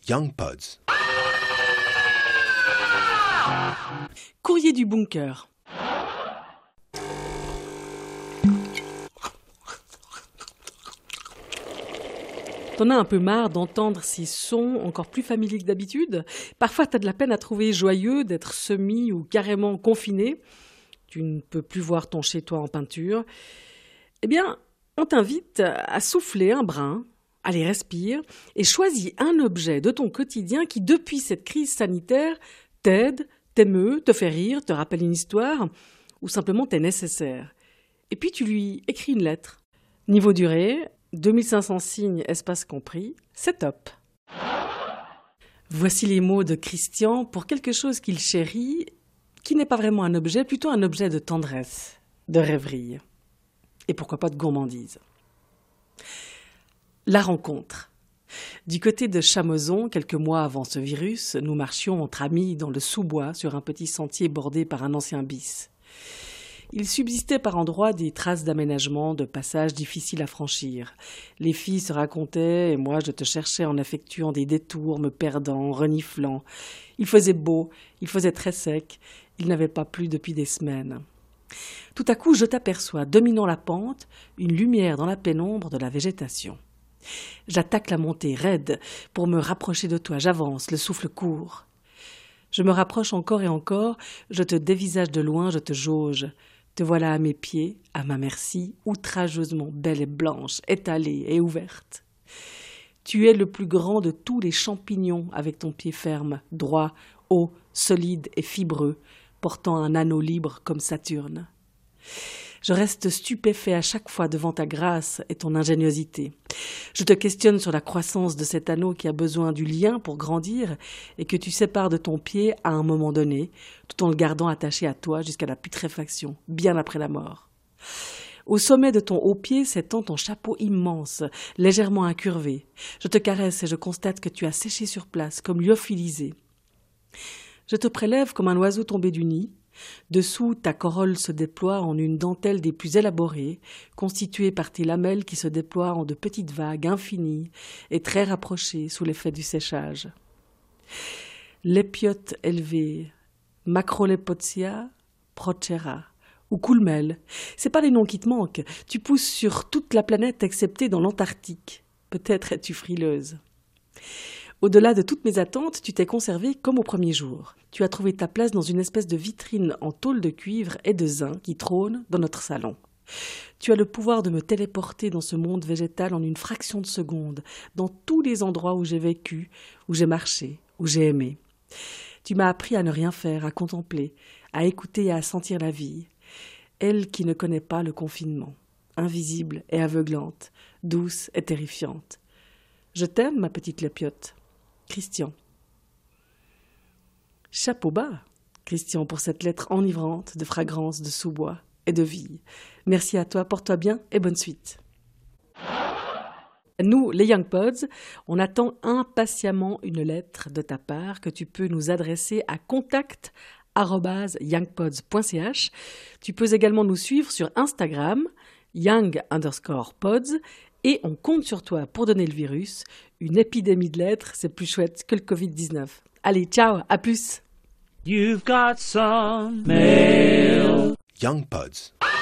Young Pods. Courrier du bunker. T'en as un peu marre d'entendre ces sons encore plus familiers que d'habitude. Parfois, t'as de la peine à trouver joyeux d'être semi ou carrément confiné. Tu ne peux plus voir ton chez-toi en peinture. Eh bien, on t'invite à souffler un brin, allez, respire, et choisis un objet de ton quotidien qui, depuis cette crise sanitaire, t'aide, t'émeut, te fait rire, te rappelle une histoire, ou simplement t'est nécessaire. Et puis tu lui écris une lettre. Niveau durée, 2500 signes, espace compris, c'est top. Voici les mots de Christian pour quelque chose qu'il chérit, qui n'est pas vraiment un objet, plutôt un objet de tendresse, de rêverie, et pourquoi pas de gourmandise. La rencontre. Du côté de Chamozon, quelques mois avant ce virus, nous marchions entre amis dans le sous-bois sur un petit sentier bordé par un ancien bis. Il subsistait par endroits des traces d'aménagement, de passages difficiles à franchir. Les filles se racontaient et moi je te cherchais en effectuant des détours, me perdant, reniflant. Il faisait beau, il faisait très sec, il n'avait pas plu depuis des semaines. Tout à coup, je t'aperçois, dominant la pente, une lumière dans la pénombre de la végétation. J'attaque la montée raide pour me rapprocher de toi, j'avance, le souffle court. Je me rapproche encore et encore, je te dévisage de loin, je te jauge. Te voilà à mes pieds, à ma merci, outrageusement belle et blanche, étalée et ouverte. Tu es le plus grand de tous les champignons avec ton pied ferme, droit, haut, solide et fibreux, portant un anneau libre comme Saturne. Je reste stupéfait à chaque fois devant ta grâce et ton ingéniosité. Je te questionne sur la croissance de cet anneau qui a besoin du lien pour grandir et que tu sépares de ton pied à un moment donné, tout en le gardant attaché à toi jusqu'à la putréfaction, bien après la mort. Au sommet de ton haut pied s'étend ton chapeau immense, légèrement incurvé. Je te caresse et je constate que tu as séché sur place, comme lyophilisé. Je te prélève comme un oiseau tombé du nid. Dessous, ta corolle se déploie en une dentelle des plus élaborées, constituée par tes lamelles qui se déploient en de petites vagues infinies et très rapprochées sous l'effet du séchage. Lépiote élevée, Macrolepotia, Procera ou Coulmel, c'est pas les noms qui te manquent, tu pousses sur toute la planète excepté dans l'Antarctique. Peut-être es-tu frileuse. Au-delà de toutes mes attentes, tu t'es conservée comme au premier jour. Tu as trouvé ta place dans une espèce de vitrine en tôle de cuivre et de zinc qui trône dans notre salon. Tu as le pouvoir de me téléporter dans ce monde végétal en une fraction de seconde, dans tous les endroits où j'ai vécu, où j'ai marché, où j'ai aimé. Tu m'as appris à ne rien faire, à contempler, à écouter et à sentir la vie. Elle qui ne connaît pas le confinement, invisible et aveuglante, douce et terrifiante. Je t'aime, ma petite lépiote. Christian. Chapeau bas, Christian, pour cette lettre enivrante de fragrance, de sous-bois et de vie. Merci à toi, porte-toi bien et bonne suite. Nous, les Young Pods, on attend impatiemment une lettre de ta part que tu peux nous adresser à contact@youngpods.ch. Tu peux également nous suivre sur Instagram, young_pods, et on compte sur toi pour donner le virus. Une épidémie de lettres, c'est plus chouette que le Covid-19. Allez, ciao, à plus. You've got some mail. Young Pods.